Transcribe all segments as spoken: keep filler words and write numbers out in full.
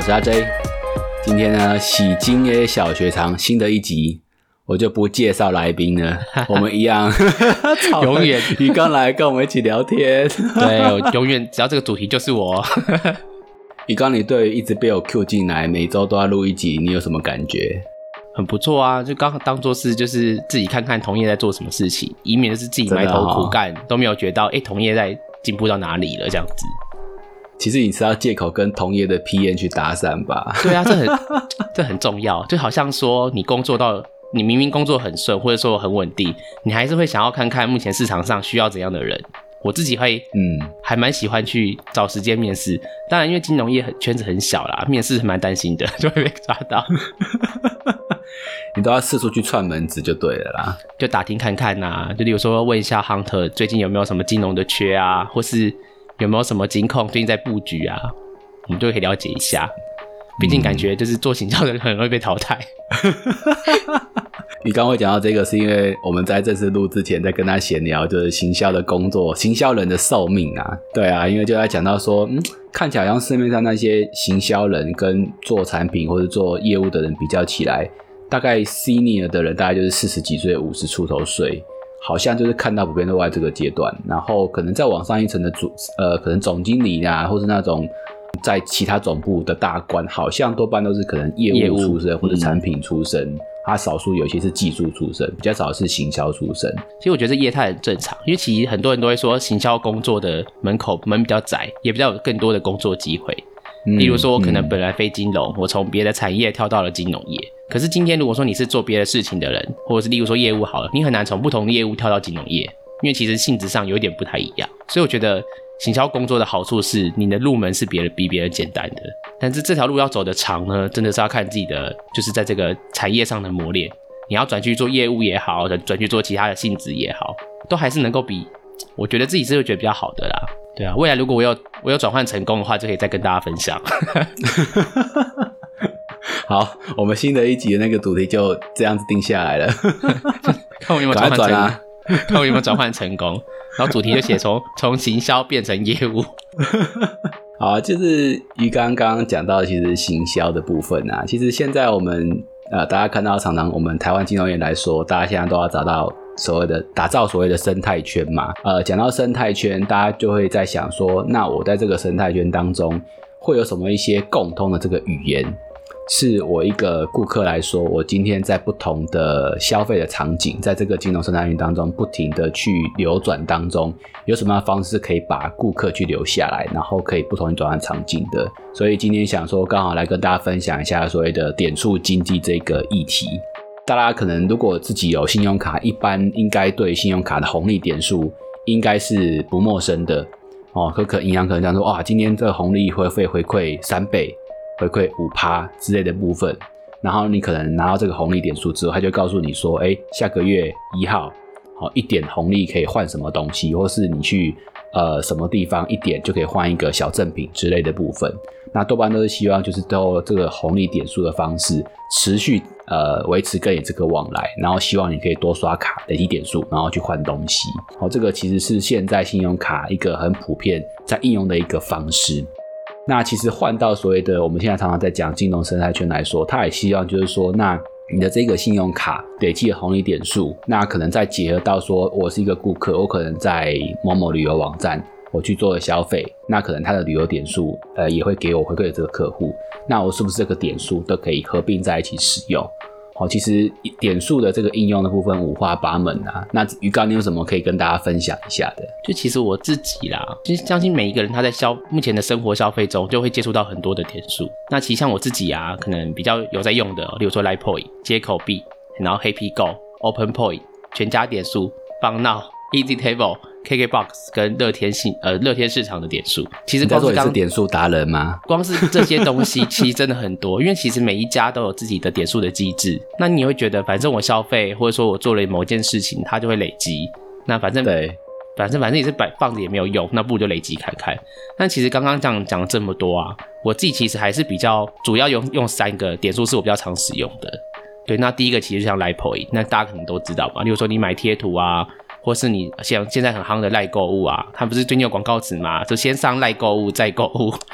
是阿 J。今天呢，喜金 A 小学堂新的一集，我就不介绍来宾了，我们一样永远鱼缸来跟我们一起聊天。 对，我永远只要这个主题就是我。 鱼缸，你对一直被我 Q 进来，每周都要录一集，你有什么感觉？ 很不错啊，就刚当作是就是自己看看同业在做什么事情，以免就是自己埋头苦干、哦、都没有觉得到，哎，同业在进步到哪里了这样子。 其实你是要借口跟同业的 P M 去搭讪吧？ 对啊，这很这很重要，就好像说你工作到你明明工作很顺，或者说很稳定，你还是会想要看看目前市场上需要怎样的人。我自己会嗯，还蛮喜欢去找时间面试。当然，因为金融业很圈子很小啦，面试蛮担心的，就会被抓到。 你都要四处去串门子就对了啦， 就打听看看啊，就例如说问一下 Hunter 最近有没有什么金融的缺啊，或是有没有什么金控最近在布局啊，我们就可以了解一下。毕竟感觉就是做行销的人很容易被淘汰。 你刚刚会讲到这个是因为我们在正式录之前在跟他闲聊，就是行销的工作，行销人的寿命啊。对啊，因为就在讲到说嗯，看起来好像市面上那些行销人跟做产品或者做业务的人比较起来，大概 senior 的人大概就是四十几岁五十出头岁，好像就是看到普遍都在这个阶段。然后可能再往上一层的主呃，可能总经理啊，或是那种在其他总部的大官，好像多半都是可能业务出身或者产品出身、嗯、他少数有些是技术出身，比较少是行销出身。 其实我觉得这业态很正常，因为其实很多人都会说行销工作的门口门比较窄，也比较有更多的工作机会、嗯、例如说我可能本来非金融、嗯、我从别的产业跳到了金融业，可是今天如果说你是做别的事情的人，或者是例如说业务好了，你很难从不同的业务跳到金融业，因为其实性质上有一点不太一样。所以我觉得行销工作的好处是你的入门是别人比别人简单的，但是这条路要走得长呢，真的是要看自己的就是在这个产业上的磨练。你要转去做业务也好，转去做其他的性质也好，都还是能够比我觉得自己是会觉得比较好的啦。对啊，未来如果我有我有转换成功的话，就可以再跟大家分享。 好，我们新的一集的那个主题就这样子定下来了。 看我有没有转换成功、啊、看我有没有转换成功。然后主题就写从从行销变成业务。 好，就是于刚刚讲到其实行销的部分啊，其实现在我们呃大家看到常常我们台湾金融业来说，大家现在都要找到所谓的打造所谓的生态圈嘛。呃讲到生态圈，大家就会在想说，那我在这个生态圈当中会有什么一些共通的这个语言，是我一个顾客来说，我今天在不同的消费的场景，在这个金融生态圈当中不停的去流转当中，有什么样的方式可以把顾客去留下来，然后可以不同的转换场景的。所以今天想说刚好来跟大家分享一下所谓的点数经济这个议题。大家可能如果自己有信用卡，一般应该对信用卡的红利点数应该是不陌生的哦。可可银行可能这样说，哇，今天这个红利会费回馈三倍，回馈 百分之五 之类的部分，然后你可能拿到这个红利点数之后，他就告诉你说，哎，下个月一号好一点红利可以换什么东西，或是你去呃什么地方一点就可以换一个小赠品之类的部分。那多半都是希望就是透这个红利点数的方式持续呃维持跟你这个往来，然后希望你可以多刷卡累积点数，然后去换东西。好，这个其实是现在信用卡一个很普遍在应用的一个方式。那其实换到所谓的我们现在常常在讲金融生态圈来说，他也希望就是说，那你的这个信用卡累积的红利点数，那可能再结合到说我是一个顾客，我可能在某某旅游网站我去做了消费，那可能他的旅游点数呃也会给我回馈给这个客户，那我是不是这个点数都可以合并在一起使用？好，其实点数的这个应用的部分五花八门啊。那鱼缸你有什么可以跟大家分享一下的？ 就其实我自己啦，其实相信每一个人他在消目前的生活消费中就会接触到很多的点数。那其实像我自己啊，可能比较有在用的，例如说 Line Point、街口币，然后 Happy Go、Open Point、全家点数、棒闹、Easy Table、K K Box 跟乐天信呃乐天市场的点数。其实光是刚你是点数达人吗？ 光是这些东西其实真的很多，因为其实每一家都有自己的点数的机制。那你会觉得反正我消费或者说我做了某件事情，它就会累积。那反正对， 反正反正也是摆放着也没有用，那不如就累积看看。但其实刚刚这样讲这么多啊，我自己其实还是比较主要用用三个点数是我比较常使用的。对，那第一个其实就像 Line Point， 那大家可能都知道嘛，例如说你买贴图啊，或是你像现在很夯的赖购物啊，它不是最近有广告词嘛，就先上赖购物再购物。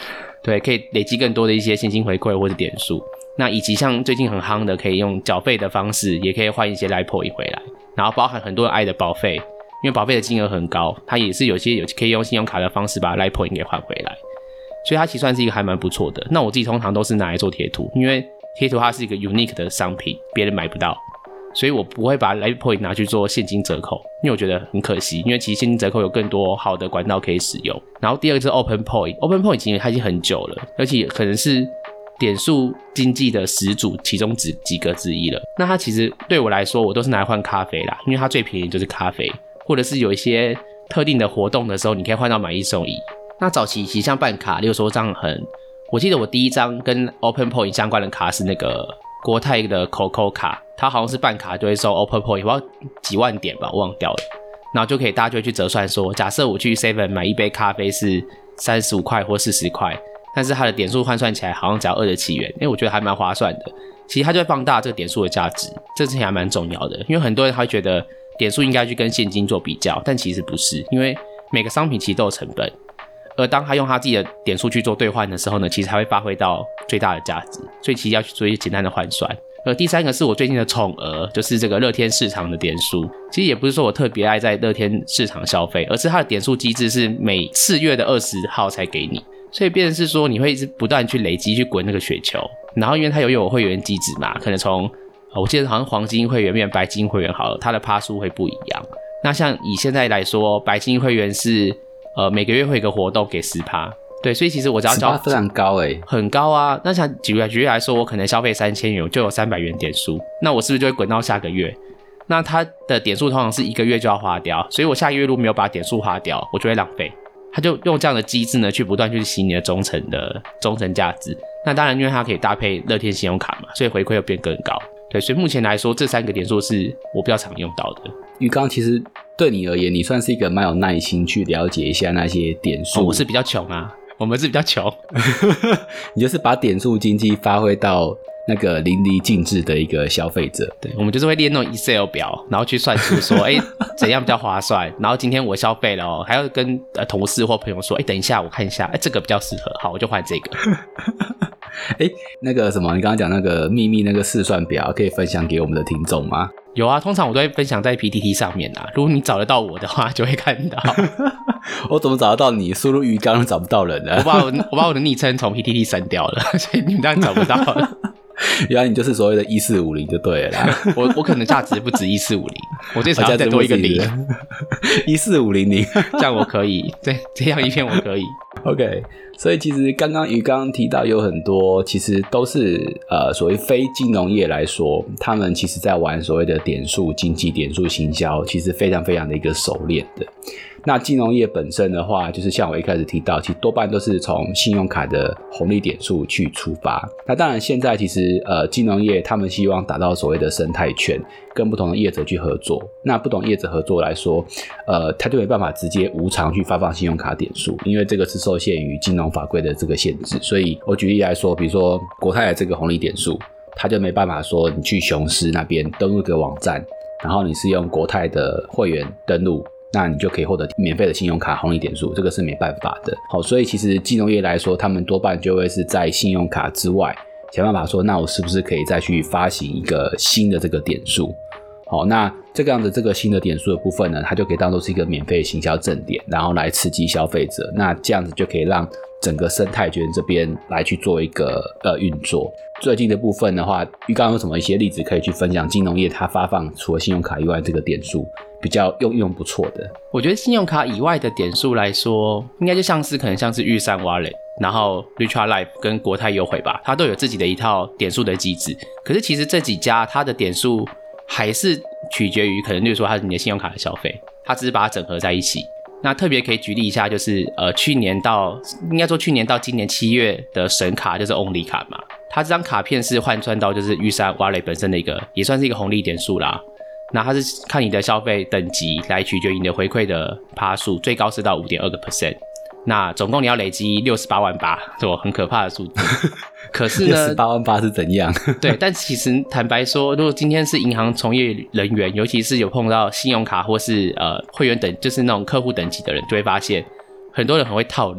对，可以累积更多的一些现金回馈或者点数。那以及像最近很夯的，可以用缴费的方式，也可以换一些 Line Point 回来，然后包含很多人爱的保费，因为保费的金额很高，它也是有些有可以用信用卡的方式把 Line Point 给换回来，所以它其实算是一个还蛮不错的。那我自己通常都是拿来做贴图，因为贴图它是一个 unique 的商品，别人买不到，所以我不会把 Line Point 拿去做现金折扣，因为我觉得很可惜，因为其实现金折扣有更多好的管道可以使用。然后第二个是 Open Point，Open Point 其实它已经很久了，而且可能是点数经济的始祖其中几几个之一了。那它其实对我来说，我都是拿来换咖啡啦，因为它最便宜就是咖啡，或者是有一些特定的活动的时候，你可以换到买一送一。那早期其实像办卡，例如说这样很，我记得我第一张跟 Open Point 相关的卡是那个国泰的 Coco 卡，它好像是办卡就会收 Open Point， 不知道几万点吧，我忘掉了。然后就可以大家就会去折算说，假设我去 seven 买一杯咖啡是三十五块或四十块，但是它的点数换算起来好像只要二十七元，因为我觉得还蛮划算的。其实它就会放大这个点数的价值，这事情还蛮重要的。因为很多人他会觉得点数应该去跟现金做比较，但其实不是，因为每个商品其实都有成本，而当他用他自己的点数去做兑换的时候呢，其实还会发挥到最大的价值，所以其实要去做一些简单的换算。而第三个是我最近的宠儿，就是这个乐天市场的点数。其实也不是说我特别爱在乐天市场消费，而是它的点数机制是每次月的二十号才给你，所以变成是说你会一直不断去累积去滚那个雪球。然后因为它有有会员机制嘛，可能从我记得好像黄金会员变成白金会员好了，它的趴数会不一样。那像以现在来说，白金会员是呃每个月会有一个活动给 百分之十，对，所以其实我只要交百分之十 非常高诶、欸、 很高啊。那像举例举例来说，我可能消费三千元，我就有三百元点数，那我是不是就会滚到下个月？那它的点数通常是一个月就要花掉，所以我下个月如果没有把点数花掉，我就会浪费。它就用这样的机制呢，去不断去吸你的忠诚的忠诚价值。那当然，因为它可以搭配乐天信用卡嘛，所以回馈又变更高。对，所以目前来说，这三个点数是我比较常用到的。 鱼缸其实对你而言，你算是一个蛮有耐心去了解一下那些点数。 哦，我是比较穷啊。我们是比较穷你就是把点数经济发挥到那个淋漓尽致的一个消费者。 对，我们就是会列那种 Excel 表，然后去算出说哎怎样比较划算，然后今天我消费了哦，还要跟呃同事或朋友说哎等一下我看一下，哎这个比较适合，好我就换这个哎那个什么你刚刚讲那个秘密那个试算表可以分享给我们的听众吗？ 有啊，通常我都会分享在 P T T 上面啊，如果你找得到我的话就会看到我怎么找得到你？输入鱼缸找不到人了。 我把我我把我的昵称从 P T T 删掉了，所以你们当然找不到了原来你就是所谓的一四五零就对了啦我我可能价值不止一四五零，我最少要再多一个零一四五零零这样我可以，对，这样一片我可以 OK， 所以其实刚刚鱼缸提到有很多其实都是呃所谓非金融业来说，他们其实在玩所谓的点数经济、点数行销，其实非常非常的一个熟练的。那金融业本身的话，就是像我一开始提到，其实多半都是从信用卡的红利点数去出发。那当然现在其实呃金融业他们希望打造所谓的生态圈，跟不同的业者去合作。那不同业者合作来说，呃他就没办法直接无偿去发放信用卡点数，因为这个是受限于金融法规的这个限制。所以我举例来说，比如说国泰的这个红利点数，他就没办法说你去雄狮那边登录一个网站，然后你是用国泰的会员登录，那你就可以获得免费的信用卡红利点数，这个是没办法的。好，所以其实金融业来说，他们多半就会是在信用卡之外想办法说，那我是不是可以再去发行一个新的这个点数。好，那这个样子这个新的点数的部分呢，它就可以当作是一个免费的行销正点，然后来刺激消费者，那这样子就可以让整个生态圈这边来去做一个呃运作。最近的部分的话，鱼缸有什么一些例子可以去分享金融业它发放除了信用卡以外这个点数比较用用不错的？ 我觉得信用卡以外的点数来说，应该就像是可能像是玉山 Wallet， 然后 Richard Life 跟国泰优惠吧，它都有自己的一套点数的机制。可是其实这几家它的点数还是取决于可能例如说它是你的信用卡的消费，它只是把它整合在一起。那特别可以举例一下，就是呃去年到应该说去年到今年七月的神卡就是 Only 卡嘛，它这张卡片是换算到就是玉山 Wallet 本身的一个也算是一个红利点数啦。那它是看你的消费等级来取决于你的回馈的趴数，最高是到 百分之五点二。 那总共你要累积六十八万八，这很可怕的数字可是呢六十八万八是怎样对，但其实坦白说，如果今天是银行从业人员，尤其是有碰到信用卡或是呃会员等就是那种客户等级的人，就会发现很多人很会套利。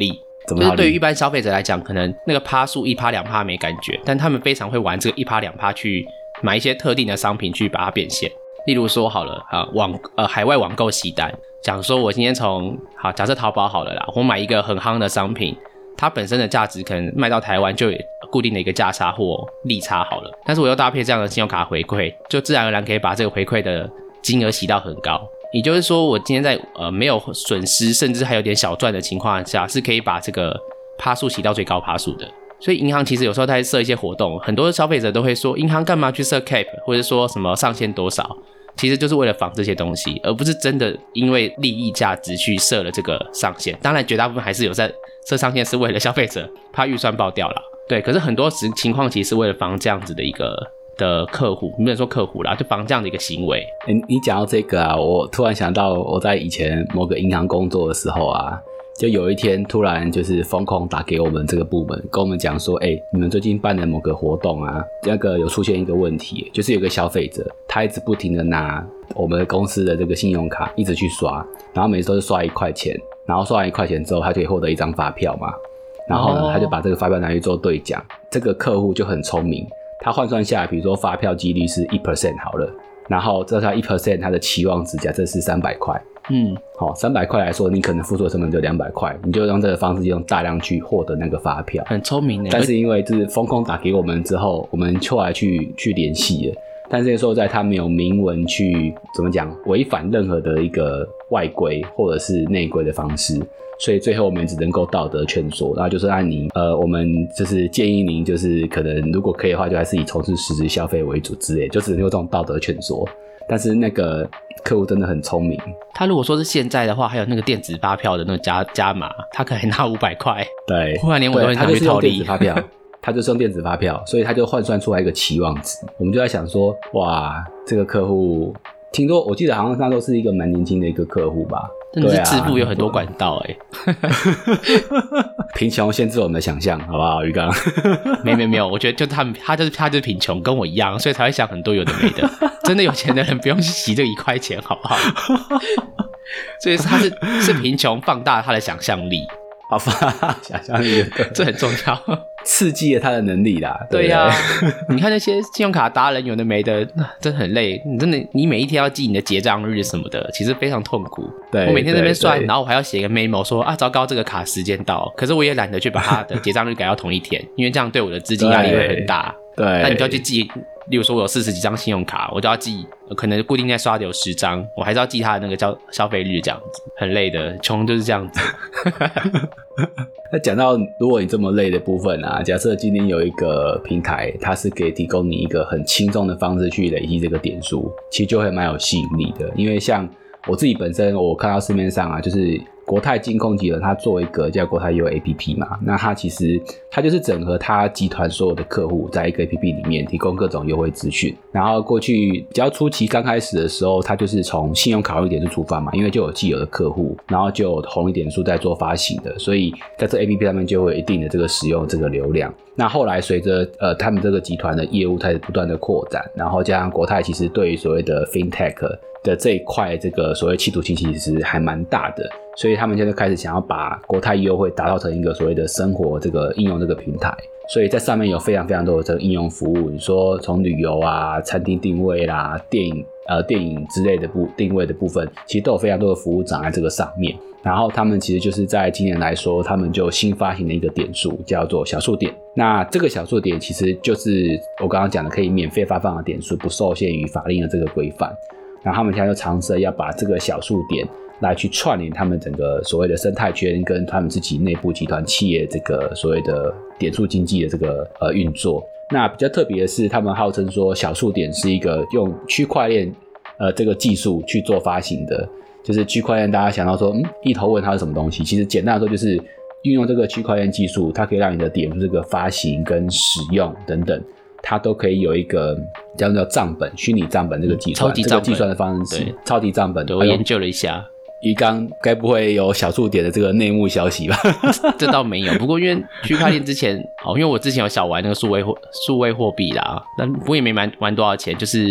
怎么就是对于一般消费者来讲，可能那个趴数一趴两趴没感觉，但他们非常会玩这个一趴两趴去买一些特定的商品去把它变现。例如说好了啊，网呃海外网购洗单，讲说我今天从好假设淘宝好了啦，我买一个很夯的商品，它本身的价值可能卖到台湾就有固定的一个价差或利差好了，但是我又搭配这样的信用卡回馈，就自然而然可以把这个回馈的金额洗到很高。也就是说，我今天在呃没有损失，甚至还有点小赚的情况下，是可以把这个趴数洗到最高趴数的。所以银行其实有时候在设一些活动，很多消费者都会说，银行干嘛去设 cap， 或者说什么上限多少，其实就是为了防这些东西，而不是真的因为利益价值去设了这个上限。当然，绝大部分还是有在设上限，是为了消费者怕预算爆掉啦。对，可是很多情况其实是为了防这样子的一个的客户，不能说客户啦，就防这样的一个行为。 欸、你讲到这个啊，我突然想到我在以前某个银行工作的时候啊，就有一天突然就是风控打给我们这个部门，跟我们讲说，哎、欸，你们最近办的某个活动啊，那个有出现一个问题，就是有个消费者他一直不停的拿我们公司的这个信用卡一直去刷，然后每次都是刷一块钱，然后刷完一块钱之后，他就可以获得一张发票嘛。然后呢， oh. 他就把这个发票拿去做兑奖。这个客户就很聪明，他换算下来，比如说发票几率是 百分之一 好了，然后这他 百分之一 他的期望值假设是三百块。嗯，好，三百块来说，你可能付出的成本就两百块，你就用这个方式用大量去获得那个发票， 很聪明的。 但是因为就是风控打给我们之后，我们后来去去联系了，但是说在他没有明文去怎么讲违反任何的一个外规或者是内规的方式，所以最后我们只能够道德劝说，然后就是按你呃，我们就是建议您就是可能如果可以的话，就还是以从事实质消费为主之类，就只能用这种道德劝说。但是那个客户真的很聪明， 他如果说是现在的话，还有那个电子发票的那个加加码，他可能拿五百块， 对， 忽然连我都很想去套利。 他就是用电子发票，他就是用电子发票，所以他就换算出来一个期望值。我们就在想说，哇，这个客户听说，我记得好像那时候是一个蛮年轻的一个客户吧。 真的是致富有很多管道哎、欸， 贫穷限制我们的想象，好不好？鱼缸， 没没没有，我觉得就他们他就是他就是贫穷，跟我一样，所以才会想很多有的没的。真的有钱的人不用去洗这一块钱，好不好？所以他是是贫穷放大他的想象力， 好吧，想象力这很重要， 刺激了他的能力啦。 对呀、啊，你看那些信用卡达人有的没的，真的很累。你真的，你每一天要记你的结账日什么的，其实非常痛苦。 对， 我每天在那边算，然后我还要写一个 memo 说啊，糟糕，这个卡时间到，可是我也懒得去把它的结账日改到同一天，因为这样对我的资金压力会很大。 对， 那你就要去记。例如说我有四十几张信用卡，我就要记，可能固定在刷的有十张，我还是要记它的那个消消费日，这样子很累的，穷就是这样子。 那讲到如果你这么累的部分啊，假设今天有一个平台，它是可以提供你一个很轻松的方式去累积这个点数，其实就会蛮有吸引力的。因为像我自己本身，我看到市面上啊，就是国泰金控集团它做一个叫国泰优 A P P 嘛，那它其实它就是整合它集团所有的客户在一个 A P P 里面提供各种优惠资讯。然后过去比较初期刚开始的时候，它就是从信用卡红利点数出发嘛，因为就有既有的客户，然后就有红利点数在做发行的，所以在这 A P P 上面就会有一定的这个使用这个流量。那后来随着呃他们这个集团的业务开始不断的扩展，然后加上国泰其实对于所谓的 FinTech 的这一块这个所谓企图心其实还蛮大的，所以他们现在开始想要把国泰优惠打造成一个所谓的生活这个应用这个平台，所以在上面有非常非常多的这个应用服务，你说从旅游啊、餐厅定位啦、电影呃电影之类的部定位的部分，其实都有非常多的服务长在这个上面。然后他们其实就是在今年来说，他们就新发行的一个点数叫做小数点。那这个小数点其实就是我刚刚讲的可以免费发放的点数，不受限于法令的这个规范。然后他们现在就尝试要把这个小数点来去串联他们整个所谓的生态圈跟他们自己内部集团企业这个所谓的点数经济的这个呃运作。那比较特别的是，他们号称说小数点是一个用区块链呃这个技术去做发行的，就是区块链大家想到说嗯一头问它是什么东西，其实简单的说就是运用这个区块链技术，它可以让你的点数这个发行跟使用等等，它都可以有一个叫做账本，虚拟账本这个计算， 超级账本这个计算的方式，超级账本。 对，我研究了一下， 鱼缸该不会有小数点的这个内幕消息吧？ 这倒没有，不过因为区块链之前，哦，因为我之前有小玩那个数位货数位货币啦，但不过也没蛮玩多少钱，就是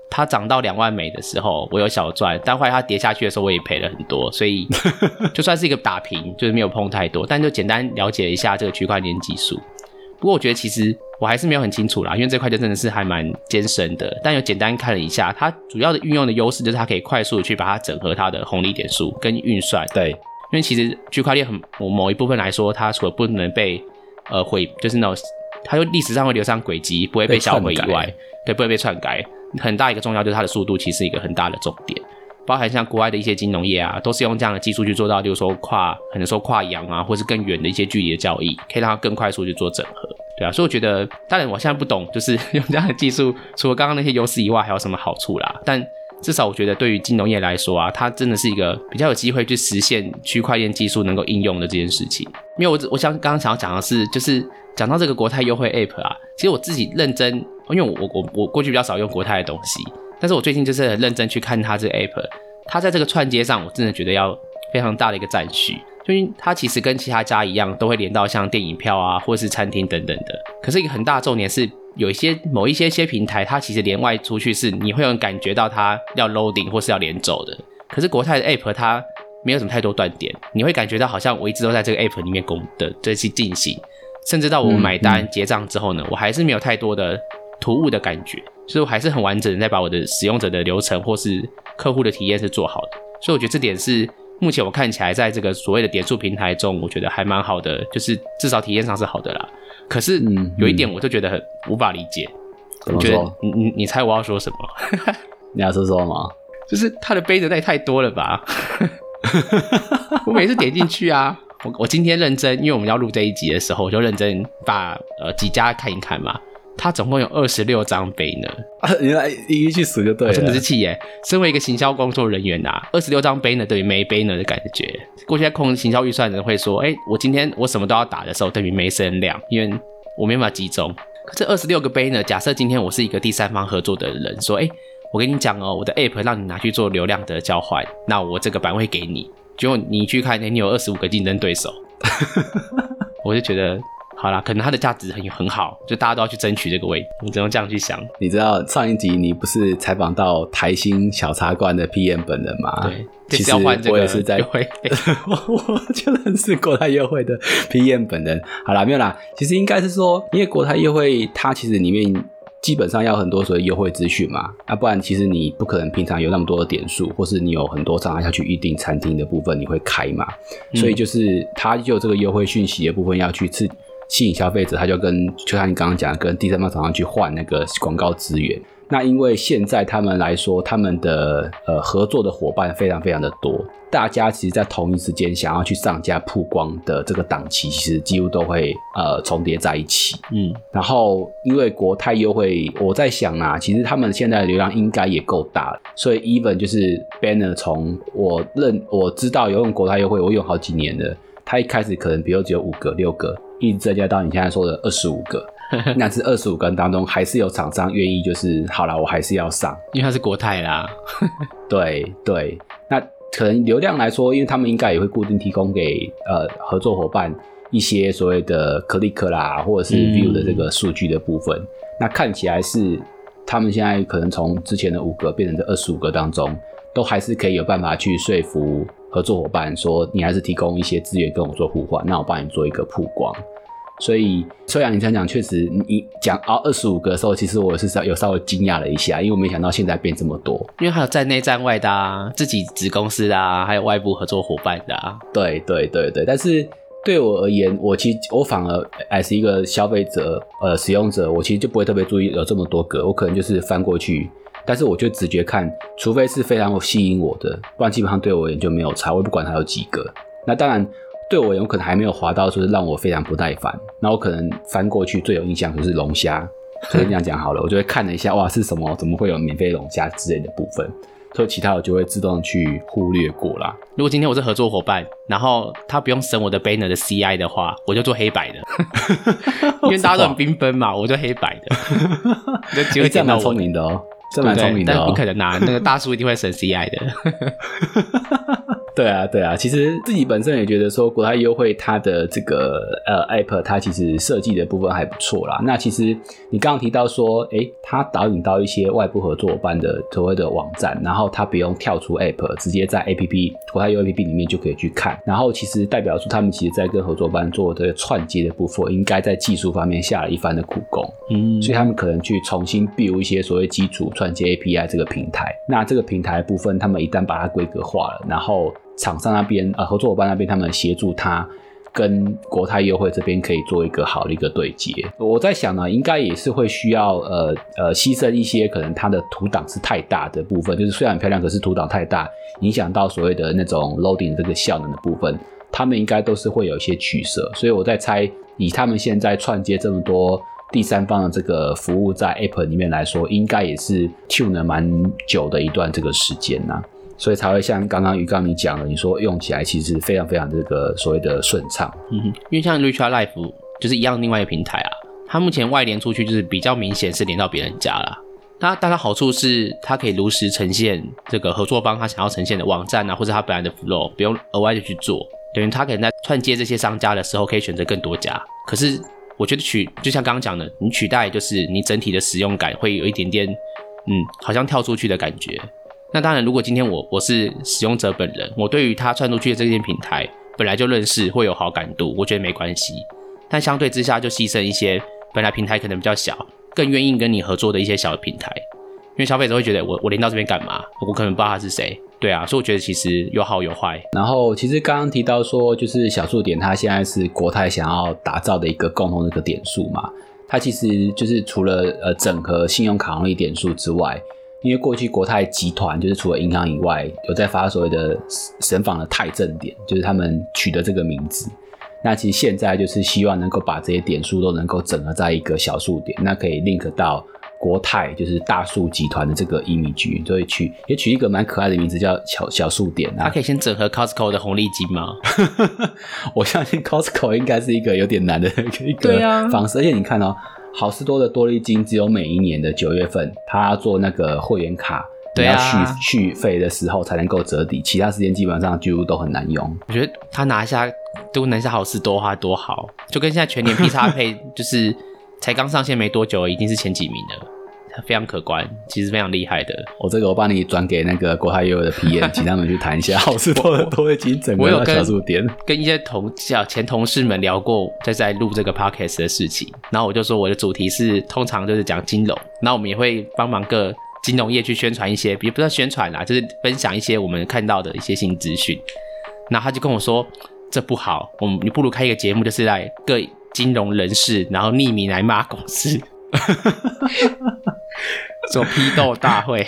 它涨到两万美的时候我有小赚，但后来它跌下去的时候我也赔了很多，所以就算是一个打平，就是没有碰太多，但就简单了解了一下这个区块链技术。不过我觉得其实我还是没有很清楚啦，因为这块就真的是还蛮艰深的，但有简单看了一下，它主要的运用的优势就是它可以快速的去把它整合它的红利点数跟运算。 对， 因为其实区块链很某一部分来说，它除了不能被呃毁，就是那种它就历史上会流上轨迹，不会被销毁以外，对，不会被篡改。很大一个重要就是它的速度其实是一个很大的重点，包含像国外的一些金融业啊，都是用这样的技术去做到，例如说跨可能说跨洋啊，或是更远的一些距离的交易，可以让它更快速去做整合。对啊，所以我觉得，当然我现在不懂，就是用这样的技术，除了刚刚那些优势以外，还有什么好处啦？但至少我觉得，对于金融业来说啊，它真的是一个比较有机会去实现区块链技术能够应用的这件事情。因为我我想刚刚想要讲的是，就是讲到这个国泰优惠 App 啊，其实我自己认真，因为我我我我过去比较少用国泰的东西，但是我最近就是很认真去看它这个 App， 它在这个串接上，我真的觉得要非常大的一个赞许。就因为它其实跟其他家一样，都会连到像电影票啊，或是餐厅等等的。可是一个很大的重点是，有一些某一些些平台，它其实连外出去是你会有感觉到它要 loading 或是要连走的。可是国泰的 App 它没有什么太多断点，你会感觉到好像我一直都在这个 App 里面工的这些进行，甚至到我买单、嗯、结账之后呢，我还是没有太多的突兀的感觉，所以我还是很完整的在把我的使用者的流程或是客户的体验是做好的。所以我觉得这点是目前我看起来在这个所谓的点数平台中，我觉得还蛮好的，就是至少体验上是好的啦。可是有一点我就觉得很无法理解， 怎么说？ 我觉得你你你猜我要说什么？ 你要说说吗？ 就是它的杯子也太多了吧！我每次点进去啊，我我今天认真，因为我们要录这一集的时候，我就认真把呃几家看一看嘛。它总共有二十六张杯呢， 啊、你来一一去数就对了。 我真的是气耶！身为一个行销工作人员啊，二十六张杯呢等于没杯呢的感觉。过去在控行销预算的人会说，哎、欸，我今天我什么都要打的时候，等于没声量，因为我没办法集中。可这二十六个杯呢，假设今天我是一个第三方合作的人，说，哎、欸，我跟你讲哦，我的 App 让你拿去做流量的交换，那我这个版会给你。结果你去看，欸、你有二十五个竞争对手，我就觉得。好啦，可能它的价值很很好，就大家都要去争取这个位置，你只能这样去想。 你知道上一集你不是采访到台新小茶馆的 P M 本人吗？ 对， 其实我也是在，我我就认识国泰优惠的 P M 本人。好啦，没有啦，其实应该是说，因为国泰优惠它其实里面基本上要很多所谓优惠资讯嘛，啊，不然其实你不可能平常有那么多的点数，或是你有很多商家要去预定餐厅的部分你会开嘛，嗯、所以就是它就有这个优惠讯息的部分要去刺。吸引消费者，他就跟就像你刚刚讲，跟第三方厂商去换那个广告资源。那因为现在他们来说，他们的呃合作的伙伴非常非常的多，大家其实在同一时间想要去上架曝光的这个档期，其实几乎都会呃重叠在一起。嗯，然后因为国泰优惠，我在想啊，其实他们现在的流量应该也够大了，所以 even 就是 banner 从我认我知道有用国泰优惠，我用好几年了，他一开始可能比如只有五个、六个。一直增加到你现在说的二十五个，那是二十五个人当中还是有厂商愿意就是好啦，我还是要上， 因为它是国泰啦。 对对，那可能流量来说，因为他们应该也会固定提供给呃合作伙伴一些所谓的 click 啦，或者是 view 的这个数据的部分。嗯、那看起来是他们现在可能从之前的五个变成这二十五个当中，都还是可以有办法去说服合作伙伴说，你还是提供一些资源跟我做互换，那我帮你做一个曝光。所以虽然你这样讲，确实你讲哦二十五个的时候，其实我是有稍微惊讶了一下，因为我没想到现在变这么多。 因为还有站内站外的啊，自己子公司的啊，还有外部合作伙伴的啊。 对对对对，但是对我而言，我其实我反而还是一个消费者呃使用者，我其实就不会特别注意有这么多个，我可能就是翻过去。但是我就直觉看，除非是非常有吸引我的，不然基本上对我而言就没有差，我也不管它有几个。那当然对我而言，我可能还没有滑到，就是让我非常不耐烦。那我可能翻过去最有印象就是龙虾，所以这样讲好了，我就会看了一下，哇，是什么？怎么会有免费龙虾之类的部分？所以其他我就会自动去忽略过啦。 如果今天我是合作伙伴，然后他不用审我的 banner 的 C I 的话，我就做黑白的，因为大家都很缤纷嘛，我就黑白的，就机会见到我。 这蛮聪明的哦。这蛮聪明的、哦， 但不可能啊！那个大叔一定会审 C I 的。 对啊，对啊，其实自己本身也觉得说国泰优惠它的这个呃 App 它其实设计的部分还不错啦。那其实你刚刚提到说，诶，它导引到一些外部合作伙伴的所谓的网站，然后它不用跳出 App， 直接在 App 国泰优 App 里面就可以去看。然后其实代表出他们其实在跟合作伙伴做的串接的部分，应该在技术方面下了一番的苦功。嗯，所以他们可能去重新 build 一些所谓基础串接 A P I 这个平台。那这个平台的部分，他们一旦把它规格化了，然后厂商那边呃合作伙伴那边他们协助他跟国泰优惠这边可以做一个好的一个对接。我在想呢，应该也是会需要呃呃牺牲一些可能它的图档是太大的部分，就是虽然很漂亮，可是图档太大，影响到所谓的那种 loading 这个效能的部分，他们应该都是会有一些取舍。所以我在猜，以他们现在串接这么多第三方的这个服务在 App 里面来说，应该也是 tune 了蛮久的一段这个时间啊。所以才会像刚刚鱼缸你讲的，你说用起来其实非常非常这个所谓的顺畅。 嗯哼，因为像 Richart Life 就是一样另外一个平台啊，它目前外连出去就是比较明显是连到别人家啦。那当然好处是它可以如实呈现这个合作方他想要呈现的网站啊，或者他本来的 flow， 不用额外的去做，等于他可能在串接这些商家的时候可以选择更多家。可是我觉得取就像刚刚讲的，你取代就是你整体的使用感会有一点点嗯，好像跳出去的感觉。那当然如果今天我我是使用者本人，我对于他串出去的这件平台本来就认识，会有好感度，我觉得没关系。但相对之下就牺牲一些本来平台可能比较小，更愿意跟你合作的一些小的平台，因为消费者会觉得我我连到这边干嘛，我可能不知道他是谁。对啊，所以我觉得其实有好有坏。 然后其实刚刚提到说就是小数点它现在是国泰想要打造的一个共同的一个点数嘛，它其实就是除了呃整合信用卡红利点数之外，因为过去国泰集团就是除了银行以外，有在发所谓的神仿的泰正点，就是他们取的这个名字。那其实现在就是希望能够把这些点数都能够整合在一个小数点，那可以 link 到国泰就是大数集团的这个 image， 所以取也取一个蛮可爱的名字叫小小数点啊。 它可以先整合 Costco 的红利金吗？ 我相信 Costco 应该是一个有点难的一个方式，而且你看哦。好事多的多利金只有每一年的九月份，他做那个会员卡， 对啊， 你要续续费的时候才能够折抵，其他时间基本上几乎都很难用。 我觉得他拿下都能下好事多的话多好，就跟现在全年 P 叉配就是才刚上线没多久，已经是前几名了。非常可观，其实非常厉害的。 我、哦、这个我帮你转给那个国泰优的 P M， 请他们去谈一下好事多的多会金整个小数点。 跟一些同前同事们聊过，在在录这个 podcast 的事情，然后我就说我的主题是通常就是讲金融，然后我们也会帮忙各金融业去宣传一些，也不是宣传啦，就是分享一些我们看到的一些新资讯。然后他就跟我说这不好，我们你不如开一个节目，就是来各金融人士，然后匿名来骂公司。做批斗大会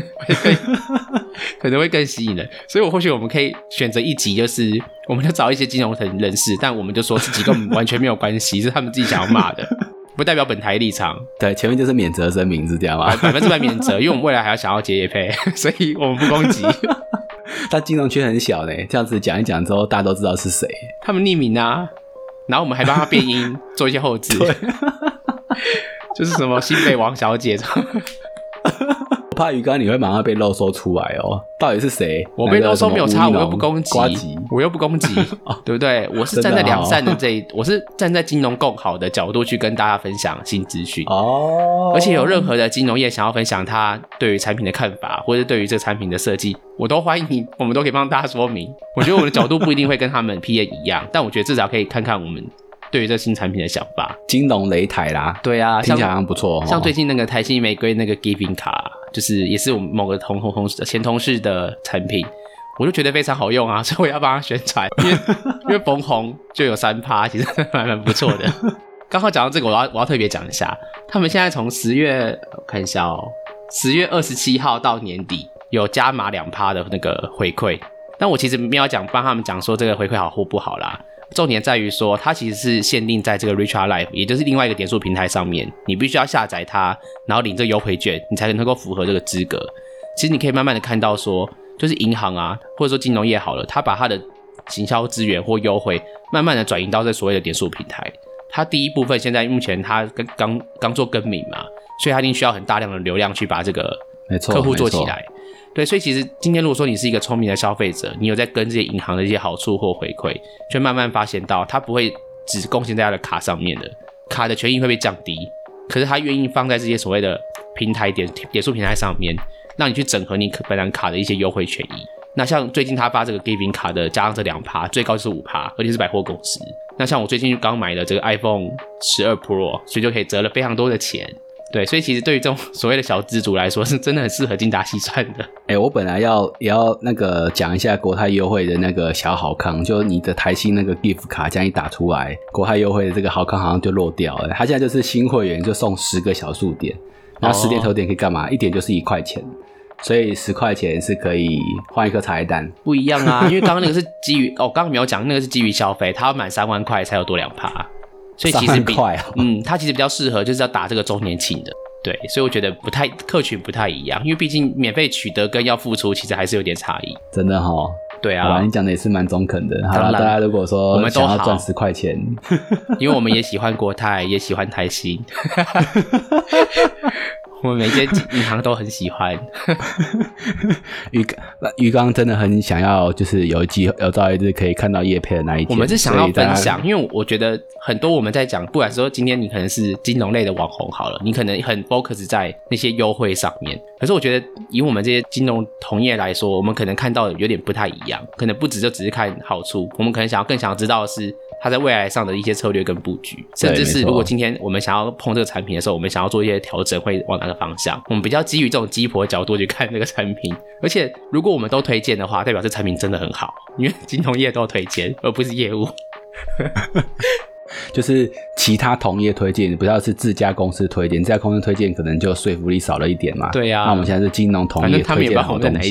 可能会更吸引人，所以我或许我们可以选择一集，就是我们就找一些金融人士，但我们就说自己跟我们完全没有关系，是他们自己想要骂的，不代表本台立场。 对，前面就是免责声明是这样吗？ 百分之百免责，因为我们未来还要想要接业配，所以我们不攻击。 但金融圈很小呢，这样子讲一讲之后，大家都知道是谁。 他们匿名啊，然后我们还帮他变音，做一些后置。就是什么新北王小姐， 我怕鱼竿你会马上被漏收出来哦。到底是谁？ 我被漏收没有差，我又不攻击，我又不攻击，对不对？我是站在良善的这一，我是站在金融共好的角度去跟大家分享新资讯哦。而且有任何的金融业想要分享他对于产品的看法，或者对于这个产品的设计，我都欢迎，我们都可以帮大家说明。我觉得我们的角度不一定会跟他们 P M 一样，但我觉得至少可以看看我们对于这新产品的想法。 金融擂台啦， 对啊， 听起来好像不错、哦、 像最近那个台新玫瑰那个 Giving 卡，就是也是我们某个同同同前同事的产品，我就觉得非常好用啊，所以我要帮他宣传，因为因为逢红就有 百分之三， 其实蛮蛮不错的。刚好讲到这个，我要我要特别讲一下，他们现在从十月我看一下哦，十月二十七号到年底有加码 百分之二 的那个回馈，但我其实没有讲帮他们讲说这个回馈好或不好啦。重点在于说它其实是限定在这个 Richart Life， 也就是另外一个点数平台上面，你必须要下载它，然后领这个优惠券，你才能够符合这个资格。其实你可以慢慢的看到说，就是银行啊，或者说金融业好了，它把它的行销资源或优惠慢慢的转移到这所谓的点数平台。它第一部分现在目前它刚刚做更名嘛，所以它一定需要很大量的流量去把这个客户做起来。 对，所以其实今天如果说你是一个聪明的消费者，你有在跟这些银行的一些好处或回馈，就慢慢发现到它不会只贡献在它的卡上面的，卡的权益会被降低，可是它愿意放在这些所谓的平台点点数平台上面，让你去整合你本来卡的一些优惠权益。那像最近他发这个 Giving 卡的加上这 百分之二， 最高就是 百分之五， 而且是百货公司。那像我最近刚买的这个 iPhone 十二 Pro， 所以就可以折了非常多的钱。对，所以其实对于这种所谓的小资族来说，是真的很适合精打细算的。 哎、欸，我本来要也要那个讲一下国泰优惠的那个小好康，就你的台新那个 gift 卡这样一打出来，国泰优惠的这个好康好像就落掉了。他现在就是新会员就送十个小数点，然后十点头点可以干嘛？一点就是一块钱。所以十块钱是可以换一颗茶叶蛋， 不一样啊！因为刚刚那个是基于哦，刚刚没有讲，那个是基于消费，他要满三万块才有多两趴，所以其实比三万块、哦、 嗯，他其实比较适合就是要打这个周年庆的，对，所以我觉得不太客群不太一样，因为毕竟免费取得跟要付出其实还是有点差异， 真的齁。 对啊， 好吧，你讲的也是蛮中肯的。好了，大家如果说我们都想要赚十块钱， 因为我们也喜欢国泰，也喜欢台新。我们每间银行都很喜欢。 鱼鱼缸真的很想要，就是有机有朝一日可以看到业配的那一天。 我们是想要分享，因为我觉得很多我们在讲，不管说今天你可能是金融类的网红好了，你可能很 focus 在那些优惠上面。可是我觉得以我们这些金融同业来说，我们可能看到的有点不太一样，可能不只就只是看好处，我们可能想要更想要知道的是它在未来上的一些策略跟布局，甚至是如果今天我们想要碰这个产品的时候，我们想要做一些调整会往哪个方向，我们比较基于这种鸡婆的角度去看这个产品。而且如果我们都推荐的话，代表这产品真的很好，因为金融业都推荐而不是业务。 就是其他同业推荐，不要是自家公司推荐，自家公司推荐可能就说服力少了一点嘛。 对啊， 那我们现在是金融同业推荐的好东西，反正他们也不知道我们在哪一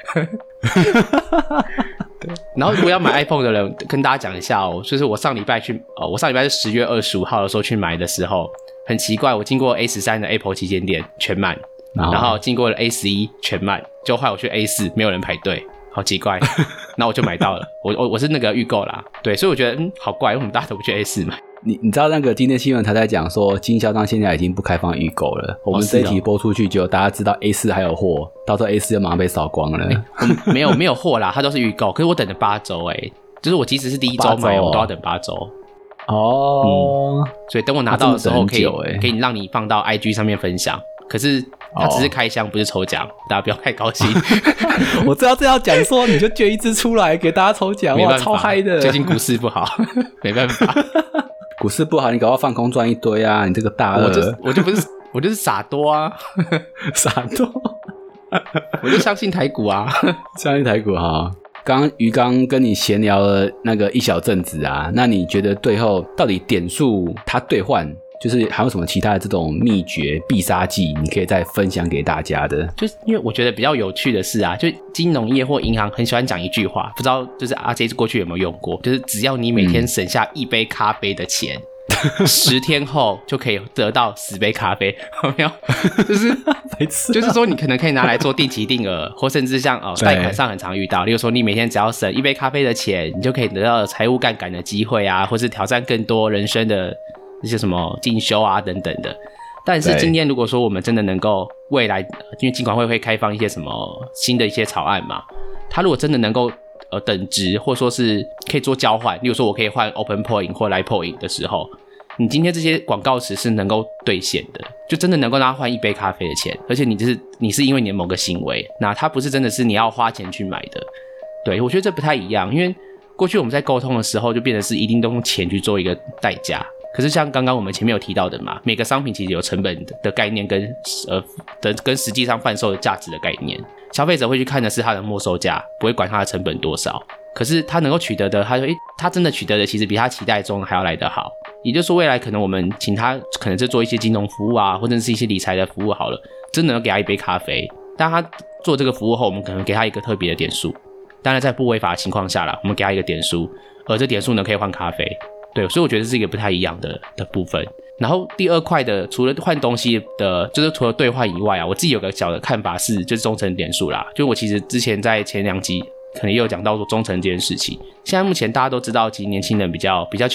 间。对，然后如果要买 iPhone 的人，跟大家讲一下哦，就是我上礼拜去，呃，我上礼拜是十月二十五号的时候去买的时候，很奇怪，我经过 A 十三 的 Apple 旗舰店全满，然后经过了 A 十一 全满，就后来我去 A 四 没有人排队，好奇怪，那我就买到了，我我我是那个预购啦，对，所以我觉得嗯好怪，为什么大家都不去 A 四 买？ 你你知道那个今天新闻台在讲说，经销商现在已经不开放预购了。我们这一期播出去，就大家知道 A 四 还有货，到时候 A 四 就马上被扫光了。 欸、没有没有货啦，它都是预购，可是我等了八周哎，就是我即使是第一周买，哦、我都要等八周。 哦、嗯， 所以等我拿到的时候可以，可以可以让你放到 I G 上面分享。可是它只是开箱，不是抽奖，大家不要太高兴。 我知道这要讲说，你就捐一支出来给大家抽奖，哇，超嗨的！ 最近股市不好，没办法。 股市不好，你搞到放空赚一堆啊！你这个大鳄， 我就我就不是我就是傻多啊， 傻多， 我就相信台股啊， 相信台股哈。刚刚鱼缸跟你闲聊了那个一小阵子啊，那你觉得最后到底点数它兑换，就是还有什么其他的这种秘诀必杀技，你可以再分享给大家的？ 就是因为我觉得比较有趣的是啊，就金融业或银行很喜欢讲一句话，不知道就是阿 J 过去有没有用过，就是只要你每天省下一杯咖啡的钱。嗯十天后就可以得到十杯咖啡，有没有？就是就是说，你可能可以拿来做定期定额，或甚至像哦贷款上很常遇到，例如说你每天只要省一杯咖啡的钱，你就可以得到财务杠杆的机会啊，或是挑战更多人生的一些什么进修啊等等的。但是今天如果说我们真的能够未来，因为金管会会开放一些什么新的一些草案嘛，它如果真的能够呃等值，或者说是可以做交换，例如说我可以换 Open Point 或 Line Point 的时候，你今天这些广告词是能够兑现的，就真的能够让他换一杯咖啡的钱，而且你就是你是因为你的某个行为，那它不是真的是你要花钱去买的。对，我觉得这不太一样，因为过去我们在沟通的时候就变成是一定都用钱去做一个代价，可是像刚刚我们前面有提到的嘛，每个商品其实有成本的概念跟呃的跟实际上贩售的价值的概念，消费者会去看的是它的末售价，不会管它的成本多少。可是他能够取得的，他说，诶，他真的取得的其实比他期待中还要来得好。也就是说，未来可能我们请他可能是做一些金融服务啊，或者是一些理财的服务好了，真的能给他一杯咖啡。但他做这个服务后，我们可能给他一个特别的点数。当然，在不违法的情况下啦，我们给他一个点数，而这点数呢可以换咖啡。对，所以我觉得这是一个不太一样的的部分。然后第二块的，除了换东西的，就是除了兑换以外啊，我自己有个小的看法是，就是忠诚点数啦。就我其实之前在前两集可能也有讲到说忠诚这件事情。现在目前大家都知道，其实年轻人比较比较穷，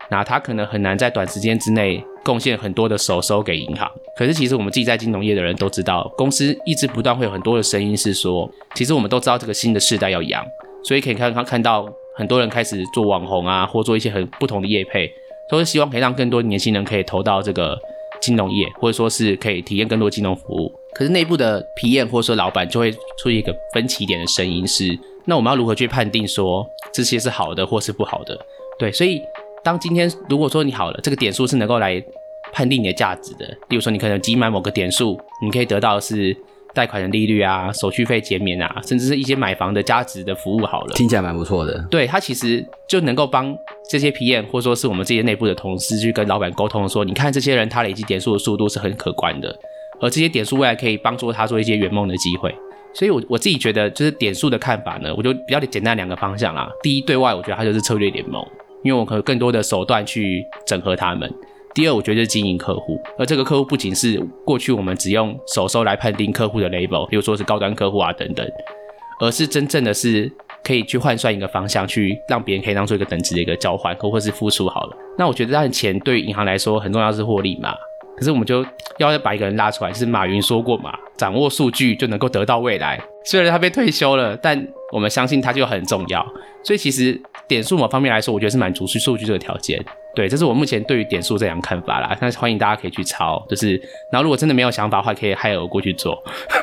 那他可能很难在短时间之内贡献很多的手收给银行。可是其实我们自己在金融业的人都知道，公司一直不断会有很多的声音是说，其实我们都知道这个新的世代要养，所以可以看看到很多人开始做网红啊，或做一些很不同的业配，都是希望可以让更多年轻人可以投到这个金融业，或者说是可以体验更多金融服务。可是内部的 P M 或者说老板就会出现一个分歧点的声音是，那我们要如何去判定说这些是好的或是不好的？对，所以当今天如果说你好了，这个点数是能够来判定你的价值的，例如说你可能集满某个点数，你可以得到的是贷款的利率啊、手续费减免啊，甚至是一些买房的价值的服务好了， 听起来蛮不错的。 对，它其实就能够帮这些 P M 或者说是我们这些内部的同事去跟老板沟通说，你看这些人他累积点数的速度是很可观的，而这些点数未来可以帮助他做一些圆梦的机会。所以我我自己觉得就是点数的看法呢，我就比较简单两个方向啦。第一，对外我觉得它就是策略联盟，因为我可能更多的手段去整合他们。第二，我觉得就是经营客户，而这个客户不仅是过去我们只用手收来判定客户的 label， 比如说是高端客户啊等等，而是真正的是可以去换算一个方向，去让别人可以当做一个等值的一个交换，或是付出好了。那我觉得当然钱对于银行来说很重要是获利嘛，可是我们就要把一个人拉出来，就是马云说过嘛，掌握数据就能够得到未来。虽然他被退休了，但我们相信他就很重要。所以其实点数某方面来说，我觉得是满足数据这个条件。对，这是我目前对于点数这样看法啦。那欢迎大家可以去抄，就是然后如果真的没有想法的话，可以害我过去做，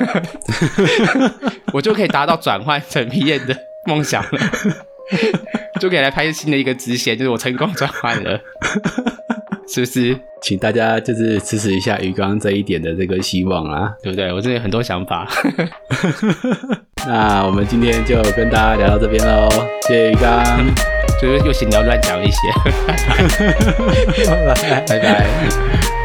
我就可以达到转换成 P M 的梦想了，就可以来拍新的一个支线，就是我成功转换了。是不是？ 请大家就是支持一下鱼缸这一点的这个希望啊， 对不对？我真的有很多想法。 那我们今天就跟大家聊到这边咯，谢谢鱼缸， 就是又闲聊乱讲一些。 拜拜，拜拜。